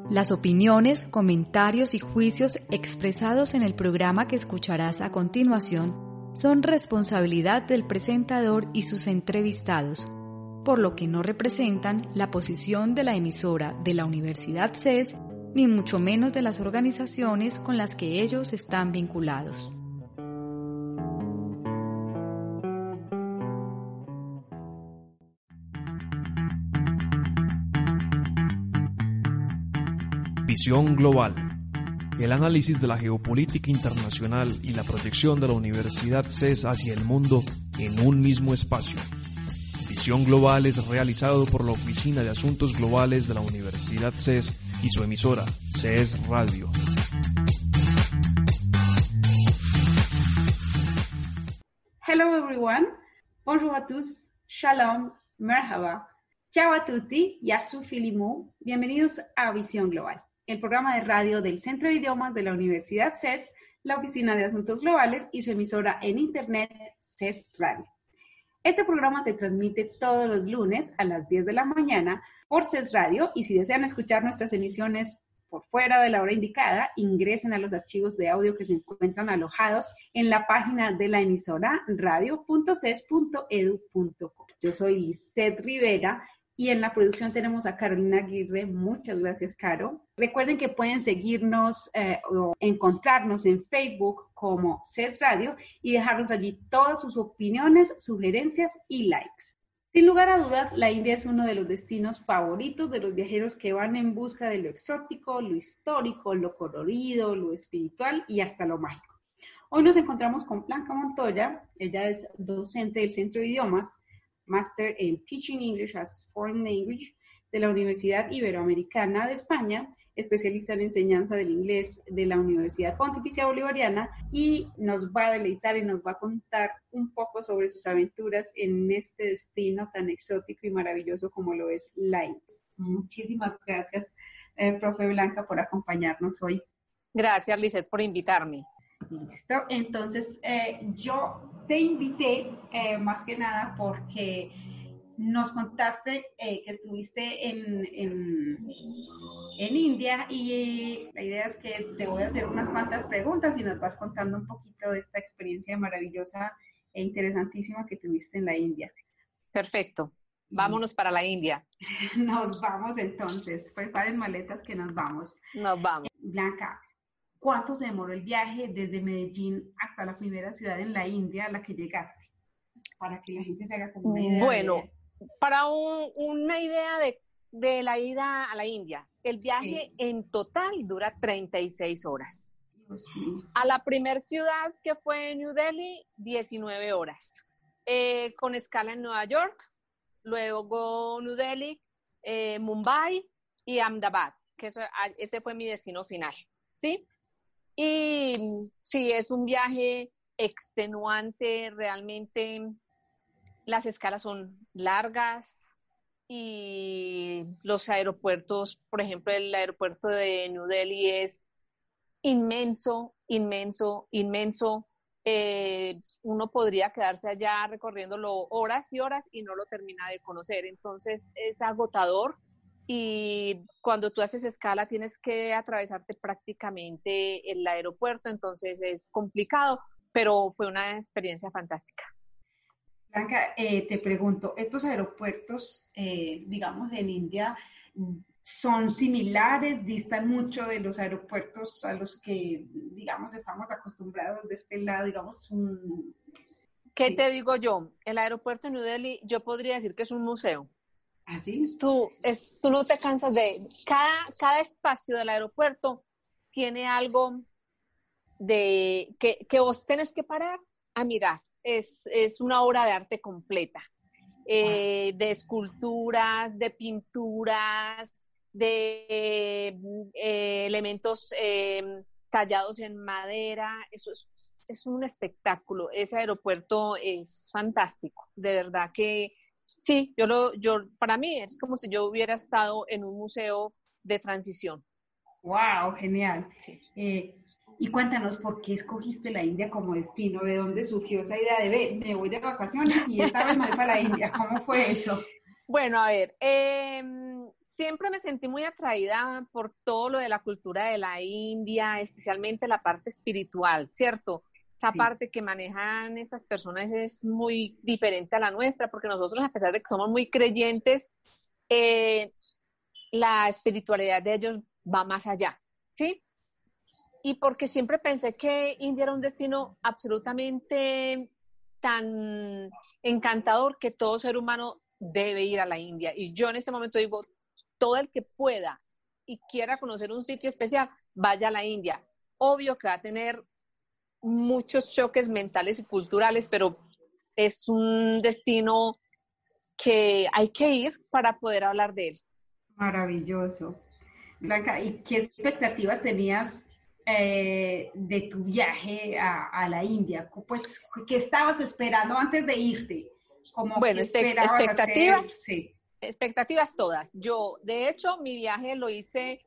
Las opiniones, comentarios y juicios expresados en el programa que escucharás a continuación son responsabilidad del presentador y sus entrevistados, por lo que no representan la posición de la emisora de la Universidad CES, ni mucho menos de las organizaciones con las que ellos están vinculados. Visión Global. El análisis de la geopolítica internacional y la proyección de la Universidad CES hacia el mundo en un mismo espacio. Visión Global es realizado por la Oficina de Asuntos Globales de la Universidad CES y su emisora, CES Radio. Hello everyone, bonjour à tous, shalom, merhaba, ciao a tutti, yasu filimu, bienvenidos a Visión Global, el programa de radio del Centro de Idiomas de la Universidad CES, la Oficina de Asuntos Globales y su emisora en internet, CES Radio. Este programa se transmite todos los lunes a las 10 de la mañana por CES Radio y si desean escuchar nuestras emisiones por fuera de la hora indicada, ingresen a los archivos de audio que se encuentran alojados en la página de la emisora radio.ces.edu.co. Yo soy Lisette Rivera y en la producción tenemos a Carolina Aguirre. Muchas gracias, Caro. Recuerden que pueden seguirnos o encontrarnos en Facebook como CES Radio y dejarnos allí todas sus opiniones, sugerencias y likes. Sin lugar a dudas, la India es uno de los destinos favoritos de los viajeros que van en busca de lo exótico, lo histórico, lo colorido, lo espiritual y hasta lo mágico. Hoy nos encontramos con Blanca Montoya. Ella es docente del Centro de Idiomas, Master en Teaching English as Foreign Language de la Universidad Iberoamericana de España, especialista en enseñanza del inglés de la Universidad Pontificia Bolivariana, y nos va a deleitar y nos va a contar un poco sobre sus aventuras en este destino tan exótico y maravilloso como lo es la India. Muchísimas gracias, profe Blanca, por acompañarnos hoy. Gracias, Lisette, por invitarme. Listo, entonces yo te invité más que nada porque nos contaste que estuviste en India y la idea es que te voy a hacer unas cuantas preguntas y nos vas contando un poquito de esta experiencia maravillosa e interesantísima que tuviste en la India. Perfecto, vámonos para la India. Nos vamos entonces, preparen maletas que nos vamos. Nos vamos. Blanca, ¿cuánto se demoró el viaje desde Medellín hasta la primera ciudad en la India a la que llegaste? Para que la gente se haga como una idea. Bueno, para una idea de la ida a la India, el viaje en total dura 36 horas. Dios mío. A la primera ciudad, que fue New Delhi, 19 horas. Con escala en Nueva York, luego New Delhi, Mumbai y Ahmedabad, que ese fue mi destino final, ¿sí? Y sí, es un viaje extenuante, realmente las escalas son largas y los aeropuertos, por ejemplo, el aeropuerto de New Delhi es inmenso, inmenso, inmenso. Uno podría quedarse allá recorriéndolo horas y horas y no lo termina de conocer, entonces es agotador. Y cuando tú haces escala tienes que atravesarte prácticamente el aeropuerto, entonces es complicado, pero fue una experiencia fantástica. Blanca, te pregunto, ¿estos aeropuertos, digamos, en India son similares, distan mucho de los aeropuertos a los que, digamos, estamos acostumbrados de este lado, digamos? ¿Qué te digo yo? El aeropuerto de New Delhi, yo podría decir que es un museo. ¿Así? Tú no te cansas de... Cada espacio del aeropuerto tiene algo de que vos tenés que parar a mirar. Es una obra de arte completa. De esculturas, de pinturas, de elementos tallados en madera. Eso es un espectáculo. Ese aeropuerto es fantástico. De verdad que... Sí, para mí es como si yo hubiera estado en un museo de transición. ¡Wow! Genial. Sí. Y cuéntanos, ¿por qué escogiste la India como destino? ¿De dónde surgió esa idea de me voy de vacaciones y esta vez me voy para la India? ¿Cómo fue eso? Bueno, a ver, siempre me sentí muy atraída por todo lo de la cultura de la India, especialmente la parte espiritual, ¿cierto? Esa Sí. parte que manejan esas personas es muy diferente a la nuestra, porque nosotros, a pesar de que somos muy creyentes, la espiritualidad de ellos va más allá, ¿sí? Y porque siempre pensé que India era un destino absolutamente tan encantador que todo ser humano debe ir a la India. Y yo en este momento digo, todo el que pueda y quiera conocer un sitio especial, vaya a la India. Obvio que va a tener muchos choques mentales y culturales, pero es un destino que hay que ir para poder hablar de él. Maravilloso. Blanca, ¿y qué expectativas tenías de tu viaje a la India? Pues, ¿qué estabas esperando antes de irte? Como Bueno, ¿qué esperabas hacer? expectativas, Sí. expectativas todas. Yo, de hecho, mi viaje lo hice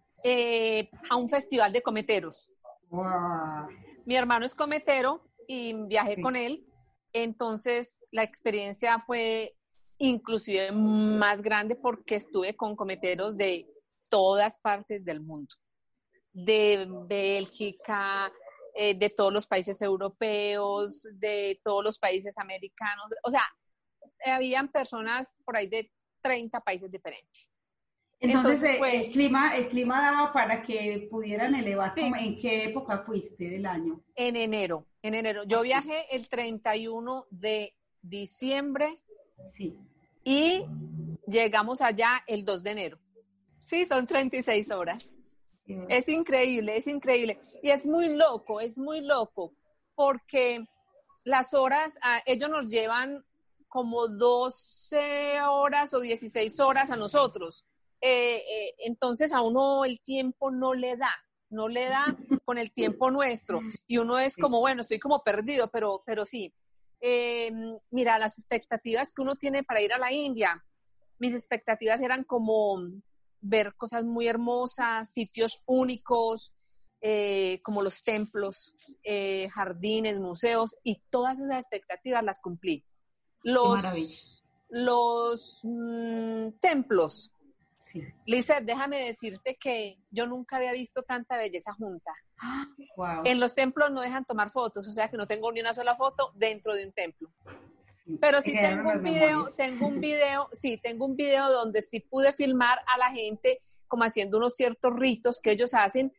a un festival de cometeros. Wow. Mi hermano es cometero y viajé Sí. con él, entonces la experiencia fue inclusive más grande porque estuve con cometeros de todas partes del mundo, de Bélgica, de todos los países europeos, de todos los países americanos, o sea, habían personas por ahí de 30 países diferentes. Entonces, Entonces fue, el clima daba para que pudieran elevar. sí, ¿En qué época fuiste del año? en enero, en enero. Yo Okay. viajé el 31 de diciembre Sí. y llegamos allá el 2 de enero. Sí, son 36 horas. Es increíble, es increíble. Y es muy loco, porque las horas, ellos nos llevan como 12 horas o 16 horas a nosotros. Entonces a uno el tiempo no le da con el tiempo nuestro. Y uno es Sí. como, bueno, estoy como perdido, pero sí. Mira, las expectativas que uno tiene para ir a la India, mis expectativas eran como ver cosas muy hermosas, sitios únicos, como los templos, jardines, museos, y todas esas expectativas las cumplí. Qué maravilla. Los templos, Sí. Lizeth, déjame decirte que yo nunca había visto tanta belleza junta. Wow. En los templos no dejan tomar fotos, o sea que no tengo ni una sola foto dentro de un templo. Sí. Pero Se sí quedaron las memorias. tengo un video donde sí pude filmar a la gente como haciendo unos ciertos ritos que ellos hacen.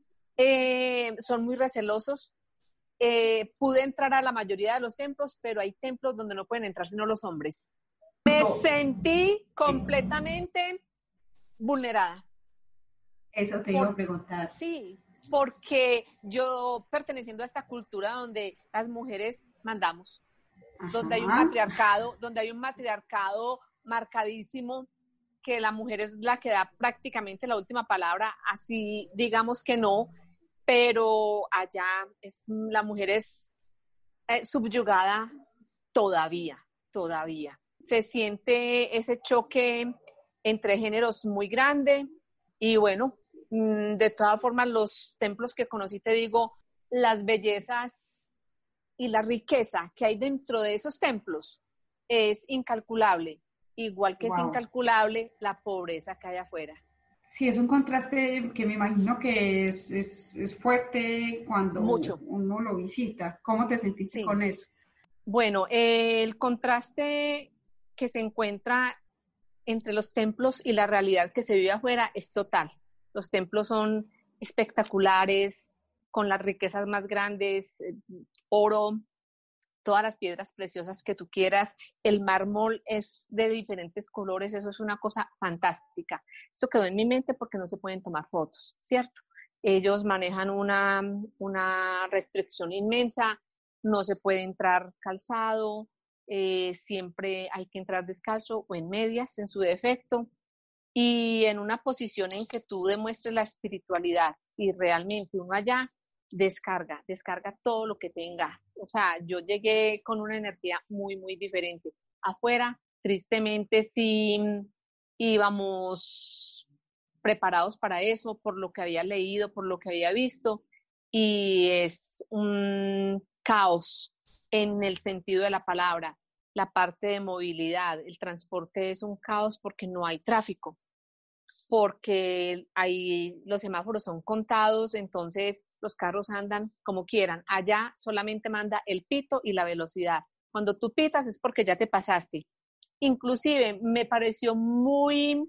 Son muy recelosos. Pude entrar a la mayoría de los templos, pero hay templos donde no pueden entrar sino los hombres. Me No. sentí completamente vulnerada. Eso te iba a preguntar. Sí, porque yo perteneciendo a esta cultura donde las mujeres mandamos, donde hay un matriarcado marcadísimo, que la mujer es la que da prácticamente la última palabra, así digamos que no, pero allá la mujer es subyugada todavía. Se siente ese choque entre géneros muy grande y bueno, de todas formas los templos que conocí, te digo, las bellezas y la riqueza que hay dentro de esos templos es incalculable, igual que es Wow. incalculable la pobreza que hay afuera. Sí, es un contraste que me imagino que es fuerte cuando Mucho. uno lo visita. ¿Cómo te sentiste Sí. con eso? Bueno, el contraste que se encuentra entre los templos y la realidad que se vive afuera es total. Los templos son espectaculares, con las riquezas más grandes, oro, todas las piedras preciosas que tú quieras, el mármol es de diferentes colores, eso es una cosa fantástica. Esto quedó en mi mente porque no se pueden tomar fotos, ¿cierto? Ellos manejan una restricción inmensa, no se puede entrar calzado, siempre hay que entrar descalzo o en medias en su defecto, y en una posición en que tú demuestres la espiritualidad y realmente uno allá descarga todo lo que tenga. O sea, yo llegué con una energía muy diferente. Afuera, tristemente, sí íbamos preparados para eso, por lo que había leído, por lo que había visto, y es un caos en el sentido de la palabra. La parte de movilidad, el transporte es un caos porque no hay tráfico. porque ahí los semáforos son contados, entonces los carros andan como quieran. Allá solamente manda el pito y la velocidad. Cuando tú pitas es porque ya te pasaste. Inclusive me pareció muy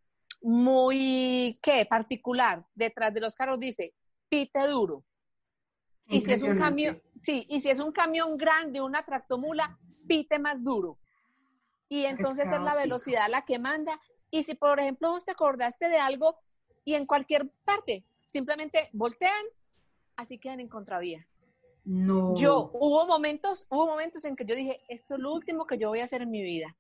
particular. Detrás de los carros dice, pite duro. Y si es un camión, sí, y si es un camión grande, una tractomula, pite más duro. Y entonces es la velocidad la que manda. Y si, por ejemplo, vos te acordaste de algo y en cualquier parte, simplemente voltean, así quedan en contravía. No. Hubo momentos en que yo dije, esto es lo último que yo voy a hacer en mi vida.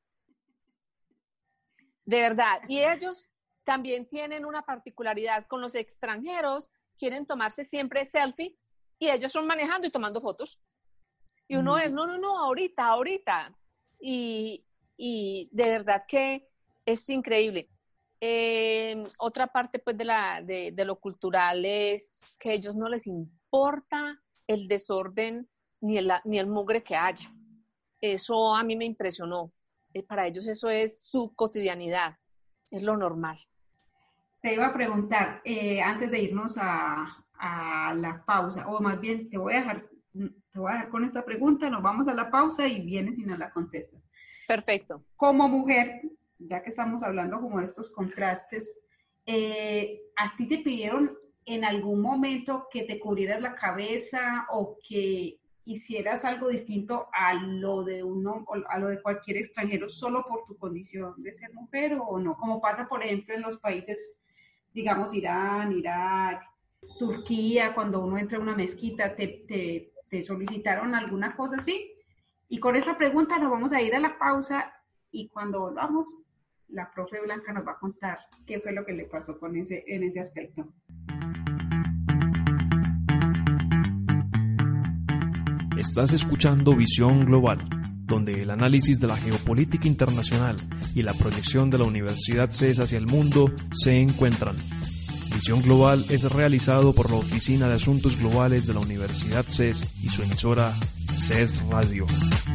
De verdad. Y ellos también tienen una particularidad con los extranjeros, quieren tomarse siempre selfie y ellos son manejando y tomando fotos. Y uno es, no, ahorita. Y de verdad que es increíble. Otra parte pues de lo cultural es que a ellos no les importa el desorden ni el mugre que haya. Eso a mí me impresionó. Para ellos eso es su cotidianidad, es lo normal. Te iba a preguntar, antes de irnos a la pausa, o más bien te voy a dejar con esta pregunta, nos vamos a la pausa y vienes y nos la contestas. Perfecto. Como mujer, ya que estamos hablando como de estos contrastes, ¿a ti te pidieron en algún momento que te cubrieras la cabeza o que hicieras algo distinto a lo de a lo de cualquier extranjero solo por tu condición de ser mujer o no? Como pasa, por ejemplo, en los países, digamos, Irán, Irak, Turquía, cuando uno entra a una mezquita, te solicitaron alguna cosa así. Y con esa pregunta nos vamos a ir a la pausa y cuando volvamos, la profe Blanca nos va a contar qué fue lo que le pasó en ese aspecto. Estás escuchando Visión Global, donde el análisis de la geopolítica internacional y la proyección de la Universidad CES hacia el mundo se encuentran. Visión Global es realizado por la Oficina de Asuntos Globales de la Universidad CES y su emisora CES Radio.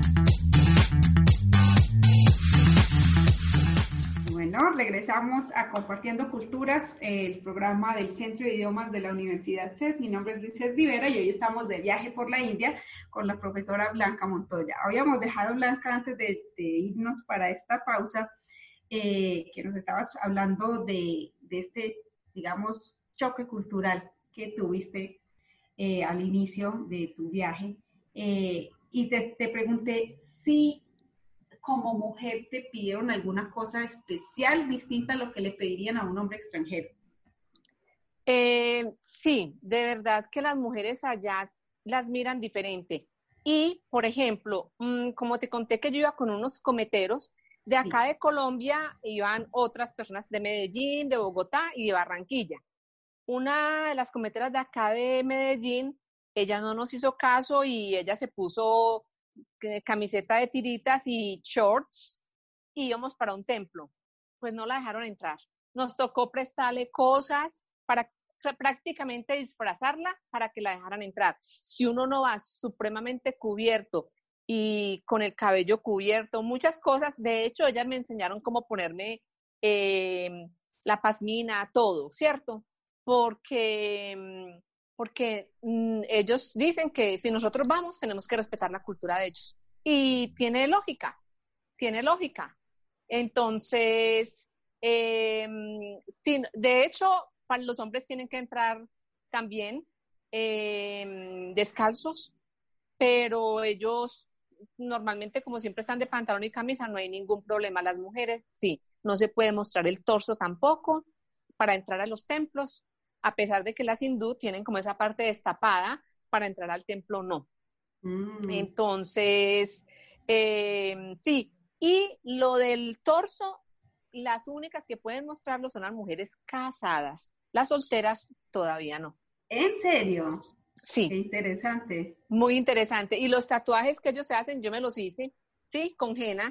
Bueno, regresamos a Compartiendo Culturas, el programa del Centro de Idiomas de la Universidad CES. Mi nombre es Lizeth Rivera y hoy estamos de viaje por la India con la profesora Blanca Montoya. Habíamos dejado, Blanca, antes de irnos para esta pausa, que nos estabas hablando de este, digamos, choque cultural que tuviste al inicio de tu viaje. Y te pregunté si como mujer te pidieron alguna cosa especial distinta a lo que le pedirían a un hombre extranjero. Sí, de verdad que las mujeres allá las miran diferente. Y, por ejemplo, como te conté que yo iba con unos cometeros, de acá de Colombia iban otras personas de Medellín, de Bogotá y de Barranquilla. Una de las cometeras de acá de Medellín, ella no nos hizo caso y ella se puso camiseta de tiritas y shorts y íbamos para un templo. Pues no la dejaron entrar. Nos tocó prestarle cosas para prácticamente disfrazarla para que la dejaran entrar. Si uno no va supremamente cubierto y con el cabello cubierto, muchas cosas, de hecho ellas me enseñaron cómo ponerme la pasmina, todo, ¿cierto? Porque ellos dicen que si nosotros vamos, tenemos que respetar la cultura de ellos. Y tiene lógica. Entonces, sí, de hecho, para los hombres tienen que entrar también descalzos, pero ellos normalmente, como siempre están de pantalón y camisa, no hay ningún problema. Las mujeres, sí, no se puede mostrar el torso tampoco para entrar a los templos. A pesar de que las hindú tienen como esa parte destapada, para entrar al templo no. Entonces, sí. Y lo del torso, las únicas que pueden mostrarlo son las mujeres casadas. Las solteras todavía no. ¿En serio? Sí. Qué interesante. Muy interesante. Y los tatuajes que ellos se hacen, yo me los hice, sí, con henna.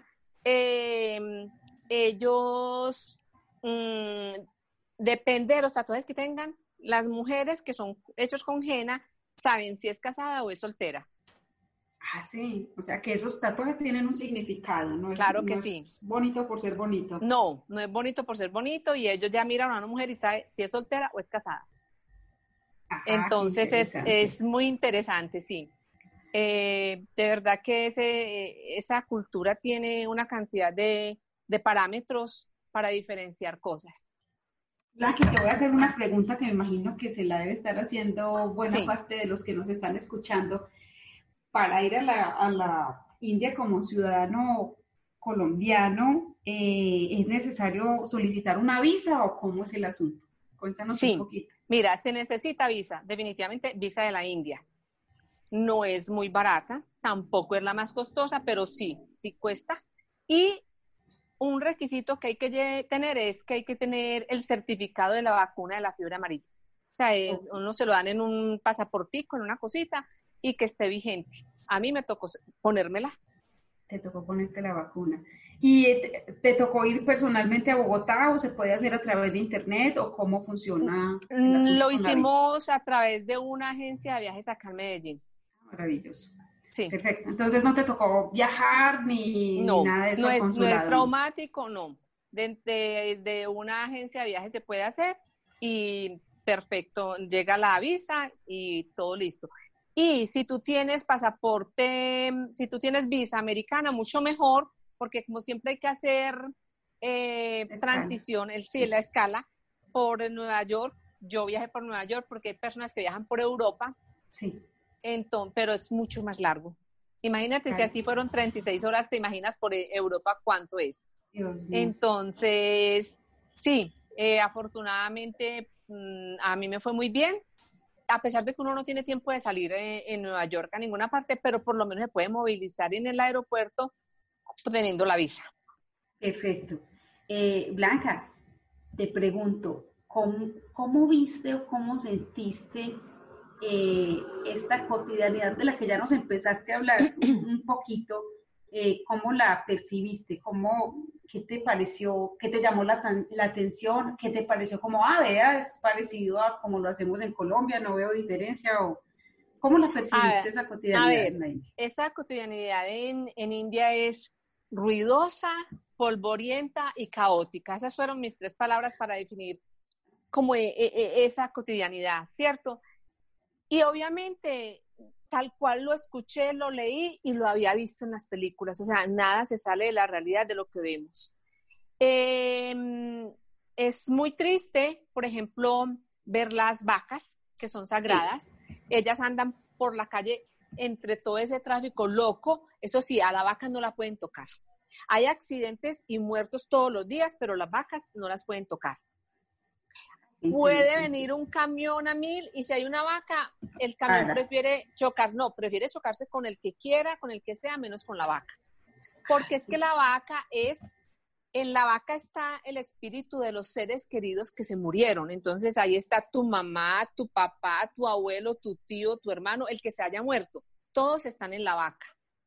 Ellos... depende de los tatuajes que tengan. Las mujeres que son hechos con henna saben si es casada o es soltera. Ah, sí, o sea que esos tatuajes tienen un significado, ¿no? Claro que no sí. es bonito por ser bonito. No, no es bonito por ser bonito y ellos ya miran a una mujer y saben si es soltera o es casada. Ajá, qué Entonces interesante. es muy interesante, sí. De verdad que esa cultura tiene una cantidad de parámetros para diferenciar cosas. Blanqui, te voy a hacer una pregunta que me imagino que se la debe estar haciendo buena Sí, parte de los que nos están escuchando. Para ir a la India como ciudadano colombiano, ¿es necesario solicitar una visa o cómo es el asunto? Cuéntanos un sí. poquito. Mira, se necesita visa, definitivamente visa de la India. No es muy barata, tampoco es la más costosa, pero sí, sí cuesta. Y un requisito que hay que tener es que hay que tener el certificado de la vacuna de la fiebre amarilla. O sea, Ok, uno se lo dan en un pasaportico, en una cosita, y que esté vigente. A mí me tocó ponérmela. te tocó ponerte la vacuna. ¿Y te tocó ir personalmente a Bogotá o se puede hacer a través de internet o cómo funciona el asunto Lo con la visa? hicimos a través de una agencia de viajes acá en Medellín. Maravilloso. Sí, Perfecto. Entonces no te tocó viajar ni no, nada de eso al no es consulado, ¿no? traumático, no. De una agencia de viajes se puede hacer y perfecto, llega la visa y todo listo. Y si tú tienes pasaporte, si tú tienes visa americana, mucho mejor, porque como siempre hay que hacer Escala. transición, sí, Sí, la escala por Nueva York. Yo viajé por Nueva York porque hay personas que viajan por Europa, sí. entonces, pero es mucho más largo. Imagínate, si Claro. así fueron 36 horas, te imaginas por Europa cuánto es. Dios mío. Entonces, sí, afortunadamente a mí me fue muy bien, a pesar de que uno no tiene tiempo de salir en Nueva York a ninguna parte, pero por lo menos se puede movilizar en el aeropuerto teniendo la visa. Perfecto. Blanca, te pregunto, ¿cómo viste o cómo sentiste esta cotidianidad de la que ya nos empezaste a hablar un poquito? ¿Cómo la percibiste? ¿Qué te pareció? ¿Qué te llamó la atención? ¿Qué te pareció como, vea, es parecido a como lo hacemos en Colombia, no veo diferencia? ¿O cómo la percibiste A, esa a cotidianidad en ver, la India? esa cotidianidad en India es ruidosa, polvorienta y caótica. Esas fueron mis tres palabras para definir como esa cotidianidad, ¿cierto? Y obviamente, tal cual lo escuché, lo leí y lo había visto en las películas, o sea, nada se sale de la realidad de lo que vemos. Es muy triste, por ejemplo, ver las vacas, que son Sí, sagradas. Ellas andan por la calle entre todo ese tráfico loco. Eso sí, a la vaca no la pueden tocar. Hay accidentes y muertos todos los días, pero las vacas no las pueden tocar. Puede interesante. venir un camión a 1000 y si hay una vaca, el camión Para. prefiere chocar, no, prefiere chocarse con el que quiera, con el que sea, menos con la vaca. Porque es que Sí. la vaca en la vaca está el espíritu de los seres queridos que se murieron. Entonces ahí está tu mamá, tu papá, tu abuelo, tu tío, tu hermano, el que se haya muerto. Todos están en la vaca.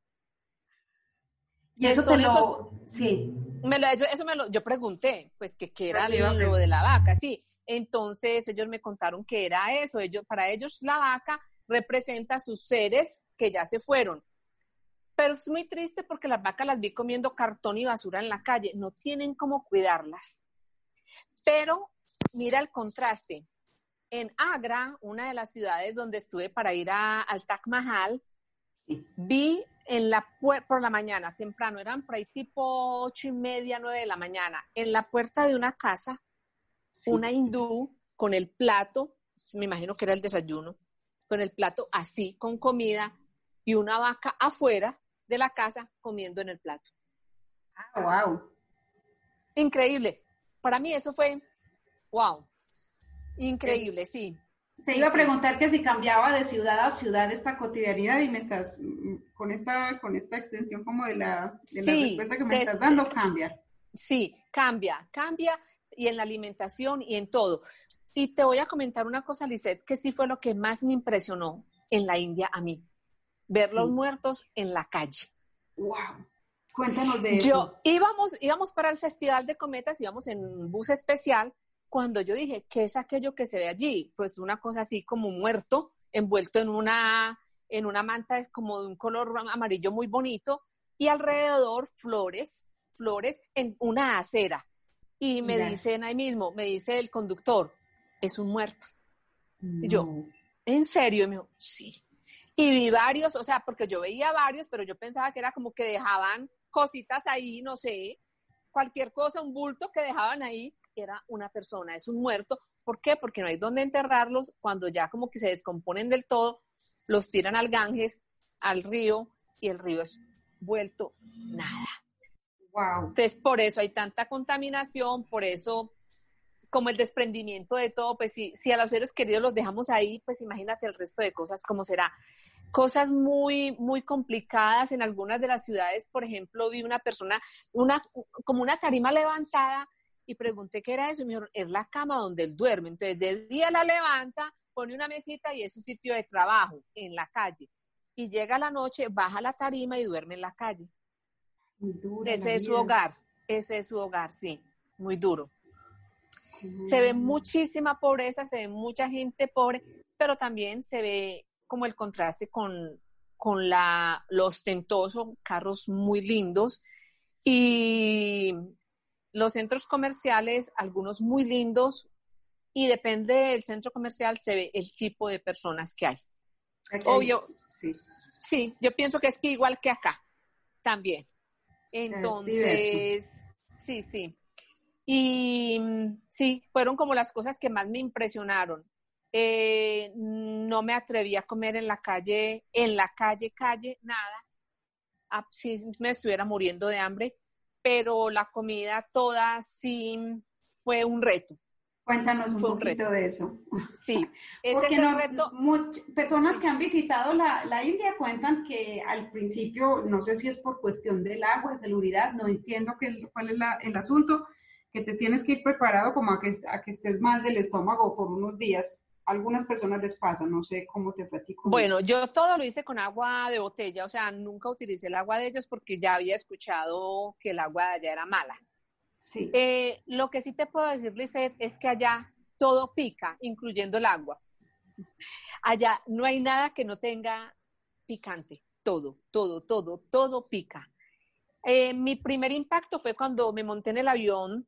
Y eso te Son esos, sí, yo pregunté, pues que qué eso era te iba a lo de la preguntar. vaca, sí. Entonces ellos me contaron que era eso. Para ellos la vaca representa a sus seres que ya se fueron. Pero es muy triste porque las vacas las vi comiendo cartón y basura en la calle. No tienen cómo cuidarlas. Pero mira el contraste. En Agra, una de las ciudades donde estuve para ir al Taj Mahal, Sí, vi por la mañana, temprano, eran por ahí tipo 8:30, 9 de la mañana, en la puerta de una casa, una sí. hindú con el plato, me imagino que era el desayuno, con el plato así, con comida, y una vaca afuera de la casa comiendo en el plato. Ah, wow. Increíble. Para mí eso fue, wow, Eh, increíble, sí, te sí, iba a sí, preguntar que si cambiaba de ciudad a ciudad esta cotidianidad y me estás, con esta extensión como de la sí, respuesta que me estás dando, cambia. sí, cambia y en la alimentación y en todo. Y te voy a comentar una cosa, Lisette, que sí fue lo que más me impresionó en la India a mí, ver los Sí. muertos en la calle. Wow. Cuéntanos de eso. Íbamos para el Festival de Cometas, íbamos en un bus especial, cuando yo dije, ¿qué es aquello que se ve allí? Pues una cosa así como muerto, envuelto en una manta como de un color amarillo muy bonito, y alrededor flores en una acera. Y me dicen ahí mismo, me dice el conductor, es un muerto. No. Y yo, ¿en serio? Y me dijo, sí. Y vi varios, o sea, porque yo veía varios, pero yo pensaba que era como que dejaban cositas ahí, no sé, cualquier cosa, un bulto que dejaban ahí, era una persona, es un muerto. ¿Por qué? Porque no hay dónde enterrarlos. Cuando ya como que se descomponen del todo, los tiran al Ganges, al río, y el río es vuelto nada. Wow. Entonces, por eso hay tanta contaminación, por eso como el desprendimiento de todo, pues si a los seres queridos los dejamos ahí, pues imagínate el resto de cosas cómo será. Cosas muy, muy complicadas en algunas de las ciudades. Por ejemplo, vi una persona, como una tarima levantada, y pregunté qué era eso, y me dijeron, es la cama donde él duerme. Entonces, de día la levanta, pone una mesita y es su sitio de trabajo en la calle. Y llega la noche, baja la tarima y duerme en la calle. Muy dura Ese la es su vida. hogar, sí, muy duro. Se ve muchísima pobreza, se ve mucha gente pobre, pero también se ve como el contraste con lo ostentoso, carros muy lindos, y los centros comerciales, algunos muy lindos, y depende del centro comercial, se ve el tipo de personas que hay. Obvio, sí, yo pienso que es que igual que acá, también. Entonces, sí. Y sí, fueron como las cosas que más me impresionaron. No me atreví a comer en la calle, nada. Si me estuviera muriendo de hambre, pero la comida toda sí fue un reto. Cuéntanos un poquito de eso. Sí, ese porque es el reto. Personas que han visitado la India cuentan que al principio, no sé si es por cuestión del agua, de salubridad, no entiendo cuál es el asunto, que te tienes que ir preparado como a que estés mal del estómago por unos días. Algunas personas les pasa, no sé cómo te platico. Bueno, yo todo lo hice con agua de botella, o sea, nunca utilicé el agua de ellos porque ya había escuchado que el agua de allá era mala. Sí. Lo que sí te puedo decir, Lisette, es que allá todo pica, incluyendo el agua. Allá no hay nada que no tenga picante, todo pica. Mi primer impacto fue cuando me monté en el avión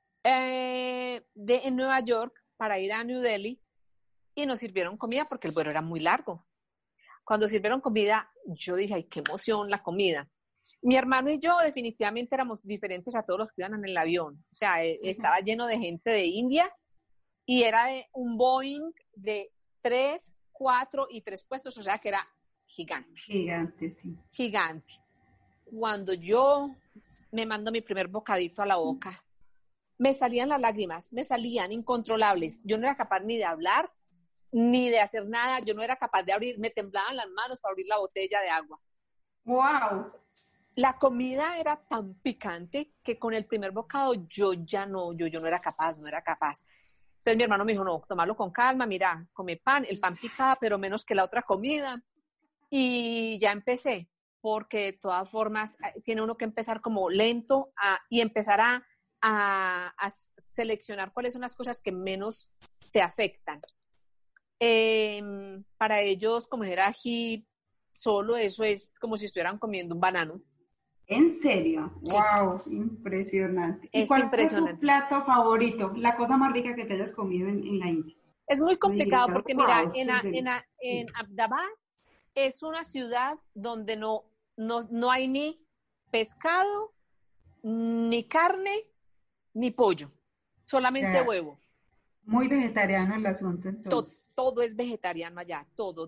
en Nueva York para ir a New Delhi, y nos sirvieron comida porque el vuelo era muy largo. Cuando sirvieron comida, yo dije, ay, qué emoción la comida. Mi hermano y yo definitivamente éramos diferentes a todos los que iban en el avión. O sea, estaba lleno de gente de India, y era de un Boeing de 3, 4 y 3 puestos, o sea que era gigante. Gigante, sí. Gigante. Cuando yo me mando mi primer bocadito a la boca, me salían las lágrimas, me salían incontrolables. Yo no era capaz ni de hablar, ni de hacer nada. Yo no era capaz de abrir, me temblaban las manos para abrir la botella de agua. ¡Wow! La comida era tan picante que con el primer bocado yo no era capaz. Entonces mi hermano me dijo, no, tomarlo con calma, mira, come pan, el pan picaba, pero menos que la otra comida. Y ya empecé, porque de todas formas tiene uno que empezar como lento y empezar a seleccionar cuáles son las cosas que menos te afectan. Para ellos, comer ají solo, eso es como si estuvieran comiendo un banano. ¿En serio? Sí. ¡Wow! Impresionante. ¿Y Es cuál impresionante. fue tu plato favorito? La cosa más rica que te hayas comido en la India. Es muy complicado porque, mira, wow, en Ahmedabad es una ciudad donde no hay ni pescado, ni carne, ni pollo, solamente huevo. Muy vegetariano el asunto, entonces. Todo es vegetariano allá, todo.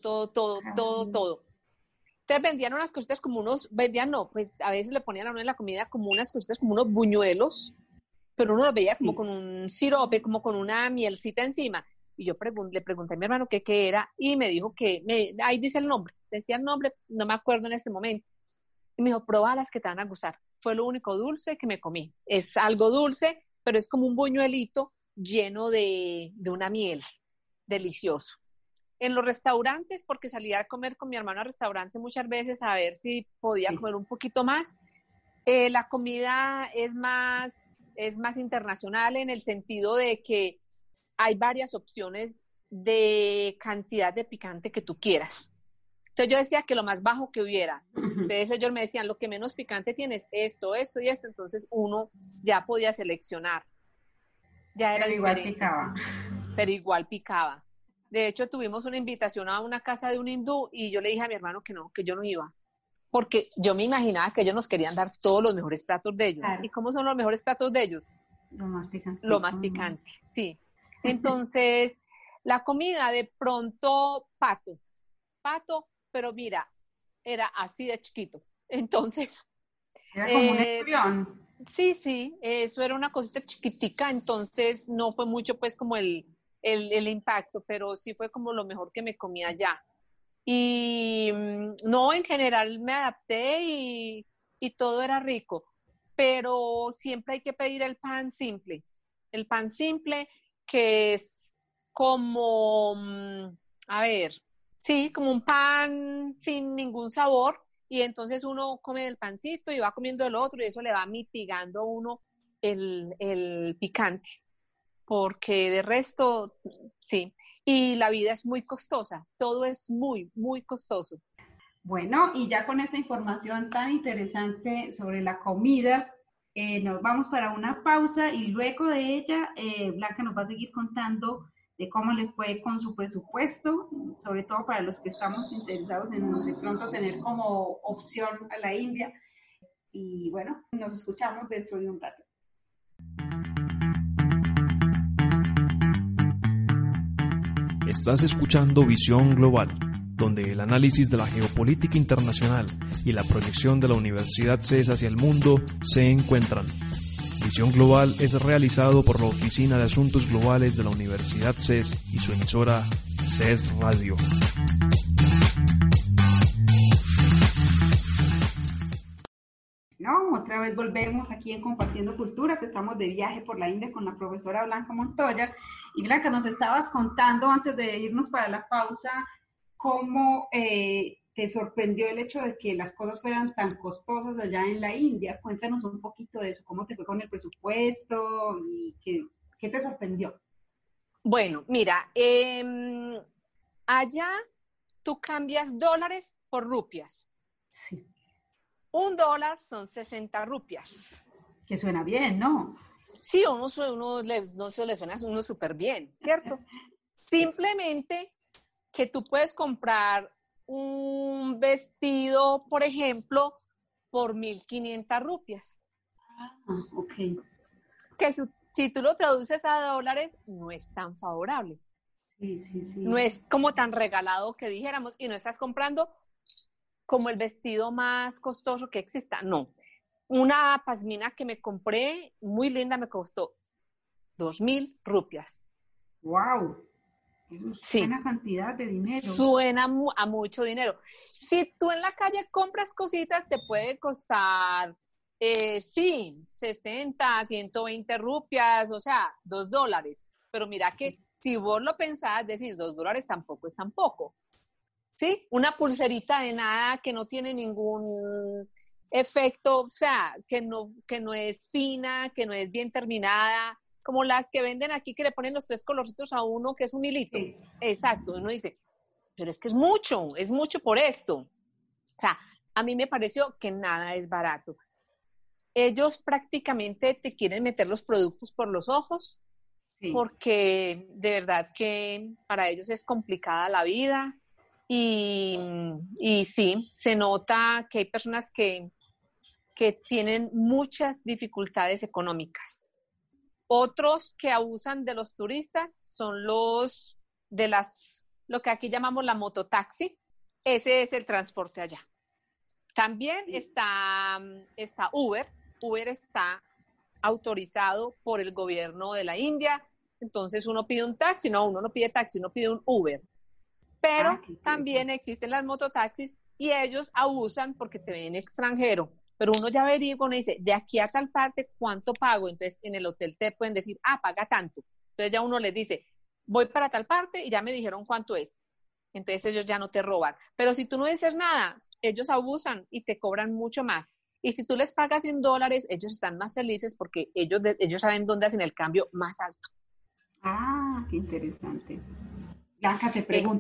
Entonces vendían unas cositas como pues a veces le ponían a uno en la comida como unas cositas como unos buñuelos, pero uno los veía como con un sirope, como con una mielcita encima. Y yo le pregunté a mi hermano qué era, y me dijo ahí dice el nombre, decía el nombre, no me acuerdo en este momento. Y me dijo, probalas que te van a gustar. Fue lo único dulce que me comí. Es algo dulce, pero es como un buñuelito lleno de una miel, delicioso. En los restaurantes, porque salía a comer con mi hermano al restaurante muchas veces a ver si podía comer un poquito más, la comida es más internacional en el sentido de que hay varias opciones de cantidad de picante que tú quieras. Entonces yo decía que lo más bajo que hubiera. Entonces ellos me decían, lo que menos picante tienes, esto y esto. Entonces uno ya podía seleccionar. Ya era diferente. Pero igual picaba. De hecho, tuvimos una invitación a una casa de un hindú y yo le dije a mi hermano que no, que yo no iba. Porque yo me imaginaba que ellos nos querían dar todos los mejores platos de ellos. Claro. ¿Y cómo son los mejores platos de ellos? Lo más picante. Lo más picante, sí. Entonces, la comida de pronto, pato, pero mira, era así de chiquito. Entonces... Era como un embrión. Sí, eso era una cosita chiquitica, entonces no fue mucho pues como el impacto, pero sí fue como lo mejor que me comí allá. Y no, en general me adapté y todo era rico, pero siempre hay que pedir el pan simple que es como, como un pan sin ningún sabor. Y entonces uno come el pancito y va comiendo el otro y eso le va mitigando a uno el picante, porque de resto, sí. Y la vida es muy costosa, todo es muy, muy costoso. Bueno, y ya con esta información tan interesante sobre la comida, nos vamos para una pausa y luego de ella, Blanca nos va a seguir contando de cómo le fue con su presupuesto, sobre todo para los que estamos interesados en de pronto tener como opción a la India. Y bueno, nos escuchamos dentro de un rato. Estás escuchando Visión Global, donde el análisis de la geopolítica internacional y la proyección de la Universidad CES hacia el mundo se encuentran. Visión Global es realizado por la Oficina de Asuntos Globales de la Universidad CES y su emisora CES Radio. No, otra vez volvemos aquí en Compartiendo Culturas. Estamos de viaje por la India con la profesora Blanca Montoya. Y Blanca, nos estabas contando antes de irnos para la pausa cómo te sorprendió el hecho de que las cosas fueran tan costosas allá en la India. Cuéntanos un poquito de eso, cómo te fue con el presupuesto y qué te sorprendió. Bueno, mira, allá tú cambias dólares por rupias. Sí. $1 son 60 rupias. Que suena bien, ¿no? Sí, no se le suena a uno súper bien, ¿cierto? Simplemente que tú puedes comprar un vestido, por ejemplo, por 1.500 rupias. Ah, ok. Que si tú lo traduces a dólares, no es tan favorable. Sí. No es como tan regalado que dijéramos, y no estás comprando como el vestido más costoso que exista, no. Una pasmina que me compré, muy linda, me costó 2.000 rupias. ¡Wow! Suena cantidad de dinero. Suena a mucho dinero. Si tú en la calle compras cositas, te puede costar, 60, 120 rupias, o sea, $2. Pero mira que si vos lo pensás, decís, $2 tampoco es tampoco. ¿Sí? Una pulserita de nada que no tiene ningún efecto, o sea, que no es fina, que no es bien terminada, como las que venden aquí que le ponen los 3 colorcitos a uno, que es un hilito. Sí. Exacto, uno dice, pero es que es mucho por esto. O sea, a mí me pareció que nada es barato. Ellos prácticamente te quieren meter los productos por los ojos, sí, porque de verdad que para ellos es complicada la vida y sí, se nota que hay personas que tienen muchas dificultades económicas. Otros que abusan de los turistas son lo que aquí llamamos la mototaxi. Ese es el transporte allá. También está Uber. Uber está autorizado por el gobierno de la India. Entonces uno pide un taxi, uno no pide taxi, uno pide un Uber. Pero también existen las mototaxis y ellos abusan porque te ven extranjero. Pero uno ya averigua, uno dice, de aquí a tal parte, ¿cuánto pago? Entonces, en el hotel te pueden decir, paga tanto. Entonces ya uno les dice, voy para tal parte y ya me dijeron cuánto es. Entonces ellos ya no te roban. Pero si tú no dices nada, ellos abusan y te cobran mucho más. Y si tú les pagas en dólares, ellos están más felices porque ellos saben dónde hacen el cambio más alto. Ah, qué interesante. Blanca, te pregunto,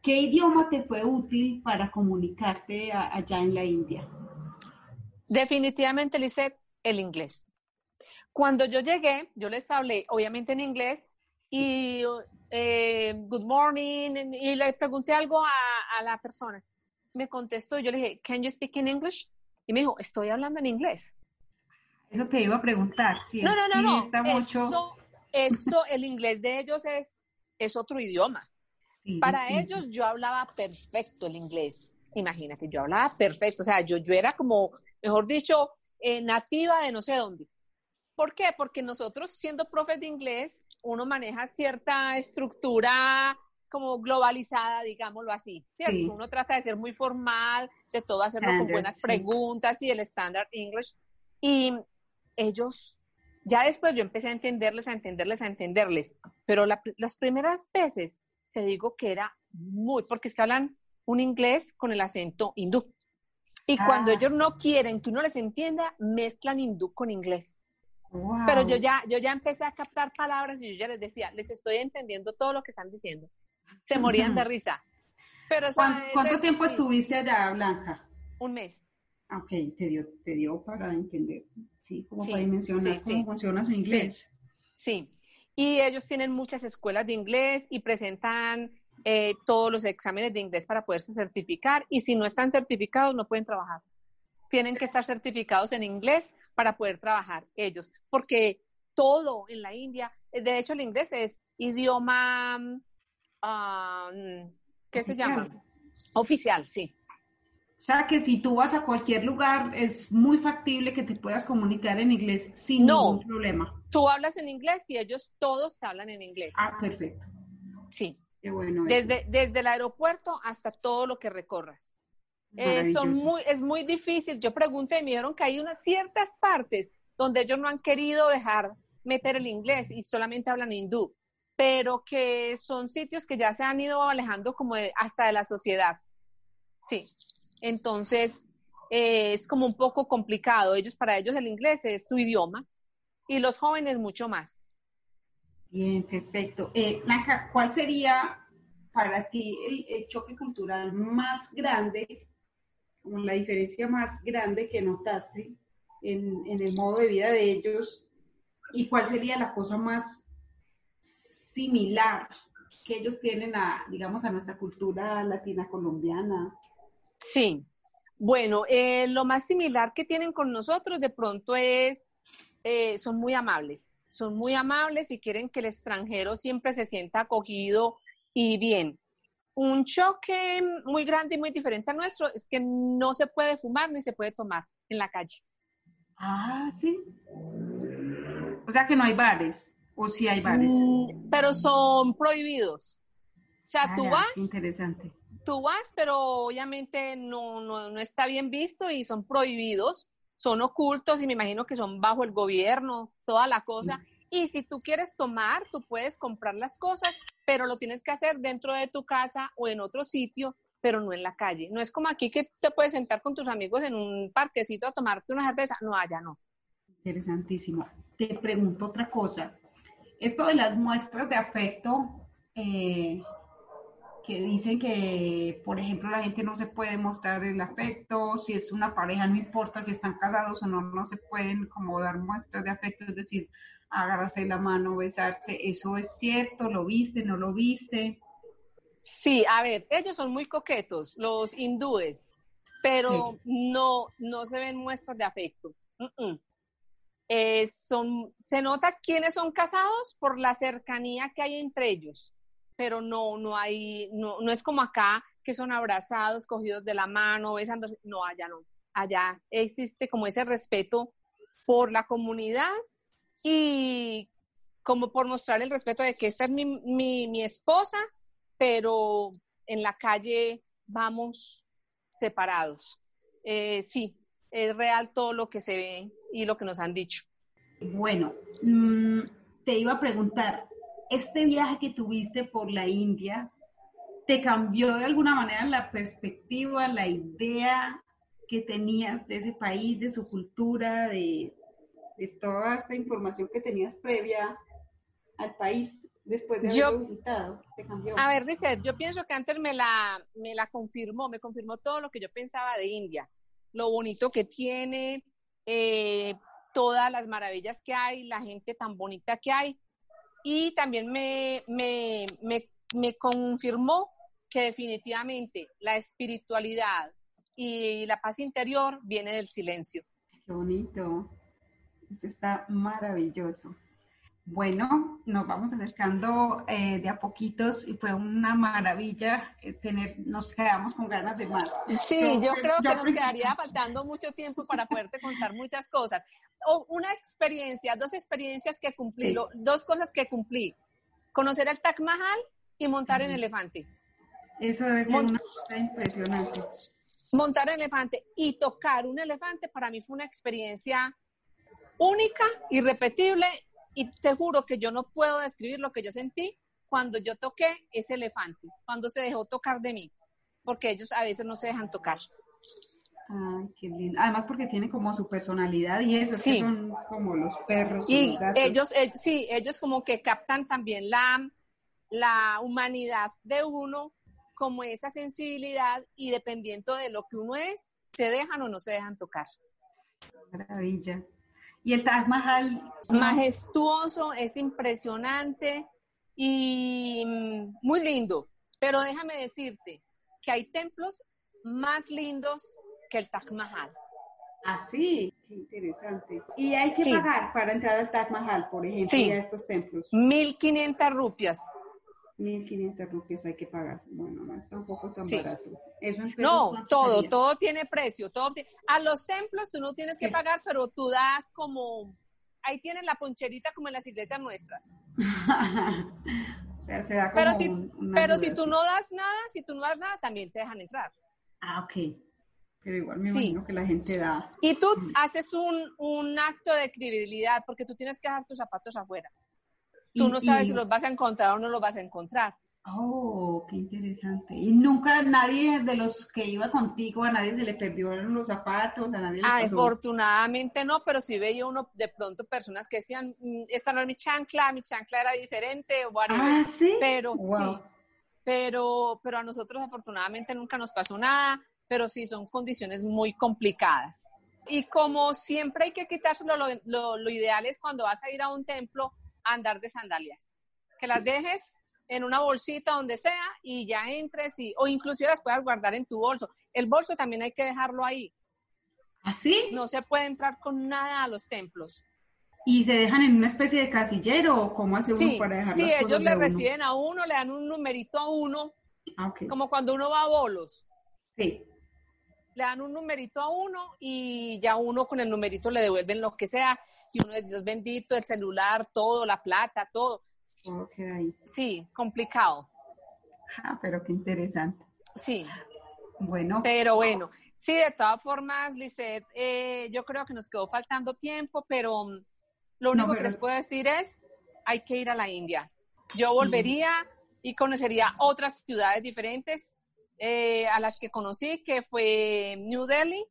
¿Qué idioma te fue útil para comunicarte allá en la India? Definitivamente, Lisette, el inglés. Cuando yo llegué, yo les hablé, obviamente en inglés, y good morning, y le pregunté algo a la persona. Me contestó, yo le dije, can you speak in English? Y me dijo, estoy hablando en inglés. Eso te iba a preguntar, si No. está mucho... Eso, el inglés de ellos es otro idioma. Sí, Para distinto. ellos yo hablaba perfecto el inglés. Imagínate, yo hablaba perfecto. O sea, yo era como, mejor dicho, nativa de no sé dónde. ¿Por qué? Porque nosotros, siendo profes de inglés, uno maneja cierta estructura como globalizada, digámoslo así, ¿cierto? Sí. Uno trata de ser muy formal, de todo hacerlo con Standard, buenas sí. preguntas y el standard English. Y ellos, ya después yo empecé a entenderles, pero las primeras veces te digo que era porque es que hablan un inglés con el acento hindú. Y cuando ellos no quieren que uno les entienda, mezclan hindú con inglés. Wow. Pero yo ya empecé a captar palabras y yo ya les decía, les estoy entendiendo todo lo que están diciendo. Se morían de risa. Pero ¿Cuánto tiempo estuviste allá, Blanca? Un mes. Ok, te dio para entender, sí, como para mencionar cómo funciona su inglés. Sí, y ellos tienen muchas escuelas de inglés y presentan todos los exámenes de inglés para poderse certificar, y si no están certificados no pueden trabajar. Tienen que estar certificados en inglés para poder trabajar ellos, porque todo en la India, de hecho el inglés es idioma, ¿qué oficial se llama? Oficial, sí. O sea, que si tú vas a cualquier lugar, es muy factible que te puedas comunicar en inglés sin ningún problema. Tú hablas en inglés y ellos todos te hablan en inglés. Ah, perfecto. Sí. Qué bueno desde el aeropuerto hasta todo lo que recorras. Es muy difícil. Yo pregunté y me dijeron que hay unas ciertas partes donde ellos no han querido dejar meter el inglés y solamente hablan hindú, pero que son sitios que ya se han ido alejando como hasta de la sociedad. Sí. Entonces, es como un poco complicado. Para ellos el inglés es su idioma y los jóvenes mucho más. Bien, perfecto. Blanca, ¿cuál sería para ti el choque cultural más grande, como la diferencia más grande que notaste en el modo de vida de ellos? ¿Y cuál sería la cosa más similar que ellos tienen digamos, a nuestra cultura latina colombiana? Sí, bueno, lo más similar que tienen con nosotros de pronto son muy amables y quieren que el extranjero siempre se sienta acogido y bien. Un choque muy grande y muy diferente al nuestro es que no se puede fumar ni se puede tomar en la calle. Ah, sí. O sea que no hay bares, o sí hay bares. Pero son prohibidos. O sea, tú vas. Interesante. Tú vas, pero obviamente no está bien visto y son prohibidos, son ocultos y me imagino que son bajo el gobierno, toda la cosa. Y si tú quieres tomar, tú puedes comprar las cosas, pero lo tienes que hacer dentro de tu casa o en otro sitio, pero no en la calle. No es como aquí que te puedes sentar con tus amigos en un parquecito a tomarte una cerveza. No, allá no. Interesantísimo. Te pregunto otra cosa. Esto de las muestras de afecto, que dicen que, por ejemplo, la gente no se puede mostrar el afecto, si es una pareja, no importa si están casados o no, no se pueden como dar muestras de afecto, es decir, agarrarse la mano, besarse. ¿Eso es cierto? ¿Lo viste? ¿No lo viste? Sí, a ver, ellos son muy coquetos, los hindúes, pero no se ven muestras de afecto. Se nota quiénes son casados por la cercanía que hay entre ellos, pero no es como acá, que son abrazados, cogidos de la mano, besándose. No, allá no. Allá existe como ese respeto por la comunidad y como por mostrar el respeto de que esta es mi esposa, pero en la calle vamos separados. Sí, es real todo lo que se ve y lo que nos han dicho. Bueno, te iba a preguntar, ¿este viaje que tuviste por la India te cambió de alguna manera la perspectiva, la idea que tenías de ese país, de su cultura, de toda esta información que tenías previa al país? después de haberlo visitado? ¿Te cambió? A ver, Lisette, yo pienso que antes me confirmó todo lo que yo pensaba de India, lo bonito que tiene, todas las maravillas que hay, la gente tan bonita que hay, y también me confirmó que definitivamente la espiritualidad y la paz interior viene del silencio. Qué bonito, eso está maravilloso. Bueno, nos vamos acercando de a poquitos y fue una maravilla nos quedamos con ganas de más. Sí, yo creo que nos quedaría faltando mucho tiempo para poderte contar muchas cosas. Dos experiencias que cumplí, sí. Dos cosas que cumplí. Conocer el Taj Mahal y montar en elefante. Eso debe ser una cosa impresionante. Montar en elefante y tocar un elefante para mí fue una experiencia única, irrepetible, y te juro que yo no puedo describir lo que yo sentí cuando yo toqué ese elefante, cuando se dejó tocar de mí, porque ellos a veces no se dejan tocar. Ay, qué lindo. Además porque tiene como su personalidad y eso, sí. Que son como los perros y los gatos. Ellos como que captan también la humanidad de uno, como esa sensibilidad, y dependiendo de lo que uno es, se dejan o no se dejan tocar. Maravilla. Y el Taj Mahal. Majestuoso, es impresionante y muy lindo. Pero déjame decirte que hay templos más lindos que el Taj Mahal. Ah, sí, qué interesante. ¿Y hay que pagar para entrar al Taj Mahal, por ejemplo, y a estos templos? 1.500 rupias. 1.500 rupias hay que pagar. Bueno, no está un poco tan barato. No, todo tiene precio. A los templos tú no tienes que pagar, pero tú das como... Ahí tienen la poncherita como en las iglesias nuestras. O sea, se da como pero si tú no das nada, también te dejan entrar. Ah, ok. Pero igual me imagino que la gente da. Y tú haces un acto de credibilidad, porque tú tienes que dejar tus zapatos afuera. Tú no sabes si los vas a encontrar o no los vas a encontrar. Oh, qué interesante. ¿Y nunca nadie de los que iba contigo, a nadie se le perdieron los zapatos, a nadie le pasó? Afortunadamente no, pero sí veía uno de pronto personas que decían, esta no es mi chancla era diferente, whatever. ¿Sí? Pero sí, pero a nosotros afortunadamente nunca nos pasó nada, pero sí son condiciones muy complicadas. Y como siempre hay que quitárselo, lo ideal es cuando vas a ir a un templo, andar de sandalias, que las dejes en una bolsita donde sea y ya entres, o inclusive las puedas guardar en tu bolso. El bolso también hay que dejarlo ahí. ¿Ah, sí? No se puede entrar con nada a los templos. ¿Y se dejan en una especie de casillero o cómo hace uno para dejar las cosas? Sí, ellos le reciben a uno, le dan un numerito a uno, como cuando uno va a bolos. Sí. Le dan un numerito a uno y ya uno con el numerito le devuelven lo que sea, y uno de Dios bendito, el celular, todo, la plata, todo. Okay. Sí, complicado. Pero qué interesante. Sí. Bueno. Pero bueno, sí, de todas formas, Lisette, yo creo que nos quedó faltando tiempo, pero lo único que les puedo decir es, hay que ir a la India. Yo volvería y conocería otras ciudades diferentes a las que conocí, que fue New Delhi,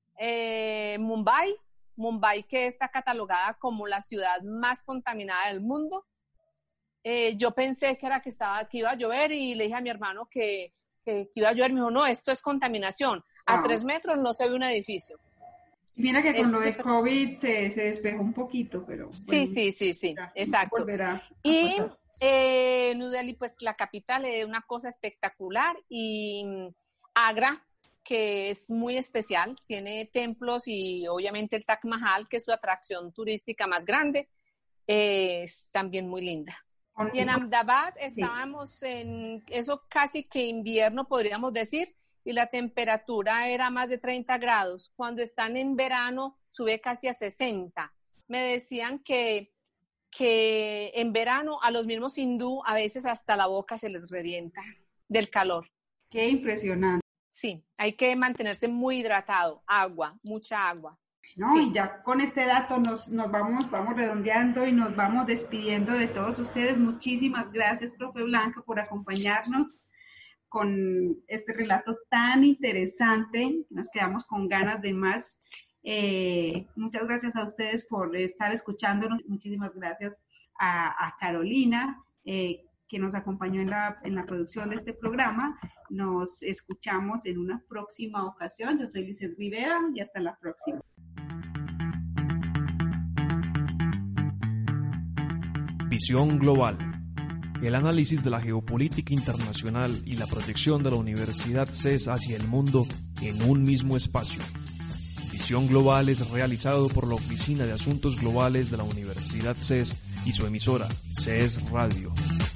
Mumbai, que está catalogada como la ciudad más contaminada del mundo. Yo pensé que iba a llover y le dije a mi hermano que iba a llover. Me dijo, no, esto es contaminación. A 3 metros no se ve un edificio. Mira que con lo del COVID se despejó un poquito, pero... Bueno, sí, exacto. Y New Delhi, pues la capital, es una cosa espectacular. Y Agra, que es muy especial, tiene templos y obviamente el Taj Mahal, que es su atracción turística más grande, es también muy linda. Y en Ahmedabad estábamos en eso casi que invierno, podríamos decir, y la temperatura era más de 30 grados. Cuando están en verano sube casi a 60. Me decían que en verano a los mismos hindú a veces hasta la boca se les revienta del calor. Qué impresionante. Sí, hay que mantenerse muy hidratado, mucha agua. No, sí. Y ya con este dato nos vamos redondeando y nos vamos despidiendo de todos ustedes. Muchísimas gracias, profe Blanca, por acompañarnos con este relato tan interesante. Nos quedamos con ganas de más. Muchas gracias a ustedes por estar escuchándonos. Muchísimas gracias a Carolina que nos acompañó en la producción de este programa. Nos escuchamos en una próxima ocasión. Yo soy Lizeth Rivera y hasta la próxima. Visión Global. El análisis de la geopolítica internacional y la proyección de la Universidad CES hacia el mundo en un mismo espacio. Visión Global es realizado por la Oficina de Asuntos Globales de la Universidad CES y su emisora, CES Radio.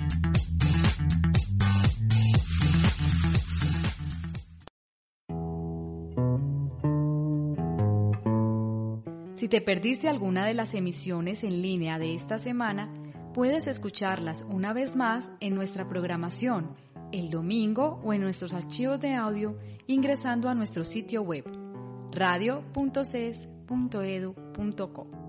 Si te perdiste alguna de las emisiones en línea de esta semana, puedes escucharlas una vez más en nuestra programación, el domingo o en nuestros archivos de audio ingresando a nuestro sitio web radio.ces.edu.co.